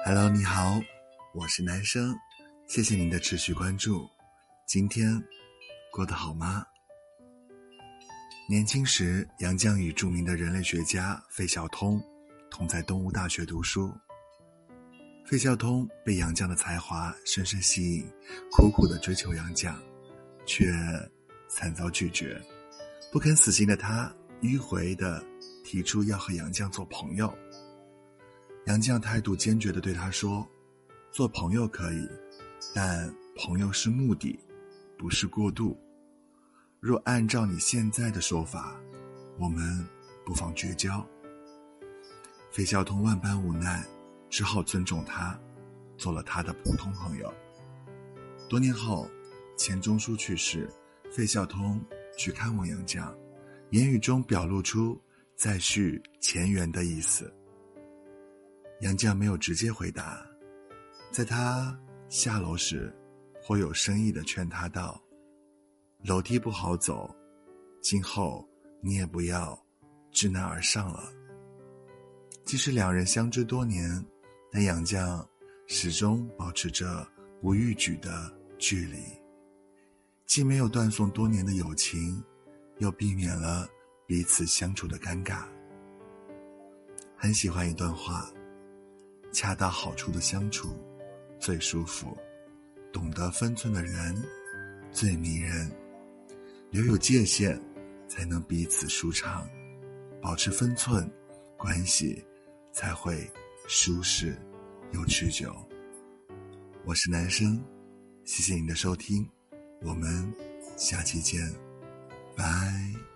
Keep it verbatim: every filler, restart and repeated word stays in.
Hello， 你好，我是男生，谢谢您的持续关注。今天过得好吗？年轻时，杨绛与著名的人类学家费孝通同在东吴大学读书。费孝通被杨绛的才华深深吸引，苦苦地追求杨绛，却惨遭拒绝。不肯死心的他迂回地提出要和杨绛做朋友。杨绛态度坚决地对他说，做朋友可以，但朋友是目的，不是过渡。若按照你现在的说法，我们不妨绝交。费孝通万般无奈，只好尊重他，做了他的普通朋友。多年后，钱钟书去世，费孝通去看望杨绛，言语中表露出再续前缘的意思。杨绛没有直接回答，在他下楼时颇有深意地劝他道，楼梯不好走，今后你也不要知难而上了。即使两人相知多年，但杨绛始终保持着不逾矩的距离，既没有断送多年的友情，又避免了彼此相处的尴尬。很喜欢一段话，恰到好处的相处最舒服，懂得分寸的人最迷人，留有界限才能彼此舒畅，保持分寸，关系才会舒适又持久。我是男生，谢谢你的收听，我们下期见，拜。